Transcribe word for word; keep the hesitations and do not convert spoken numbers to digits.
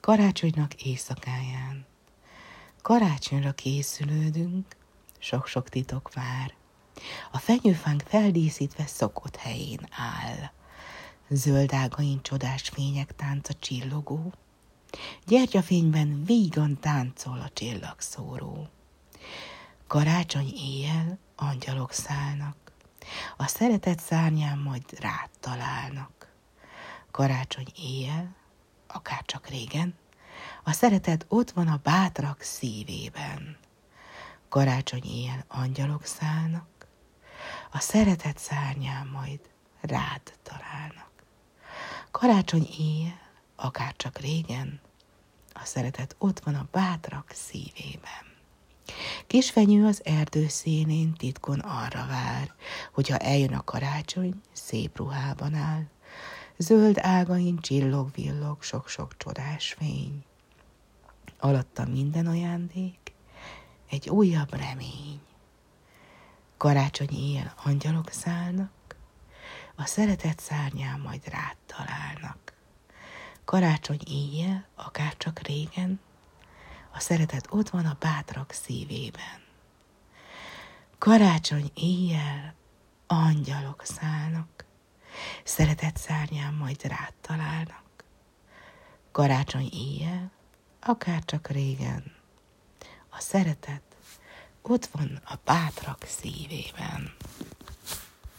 Karácsonynak éjszakáján. Karácsonyra készülődünk, sok-sok titok vár. A fenyőfánk feldíszítve szokott helyén áll. Zöld ágain csodás fények tánca csillogó. Gyertyafényben vígan táncol a csillagszóró. Karácsony éjjel angyalok szállnak, a szeretet szárnyán majd rád találnak. Karácsony éjjel, akárcsak régen, a szeretet ott van a bátrak szívében. Karácsony éjjel angyalok szállnak, a szeretet szárnyán majd rád találnak. Karácsony éjjel, akárcsak régen, a szeretet ott van a bátrak szívében. Kisfenyő az erdő színén titkon arra vár, hogyha eljön a karácsony, szép ruhában áll. Zöld ágain csillog-villog sok-sok csodás fény. Alatta minden ajándék, egy újabb remény. Karácsony éjjel angyalok szállnak, a szeretet szárnyán majd rád találnak. Karácsony éjjel, akárcsak régen, a szeretet ott van a bátrak szívében. Karácsony éjjel angyalok szállnak, szeretet szárnyán majd rád találnak. Karácsony éjjel, akárcsak régen, a szeretet ott van a bátrak szívében.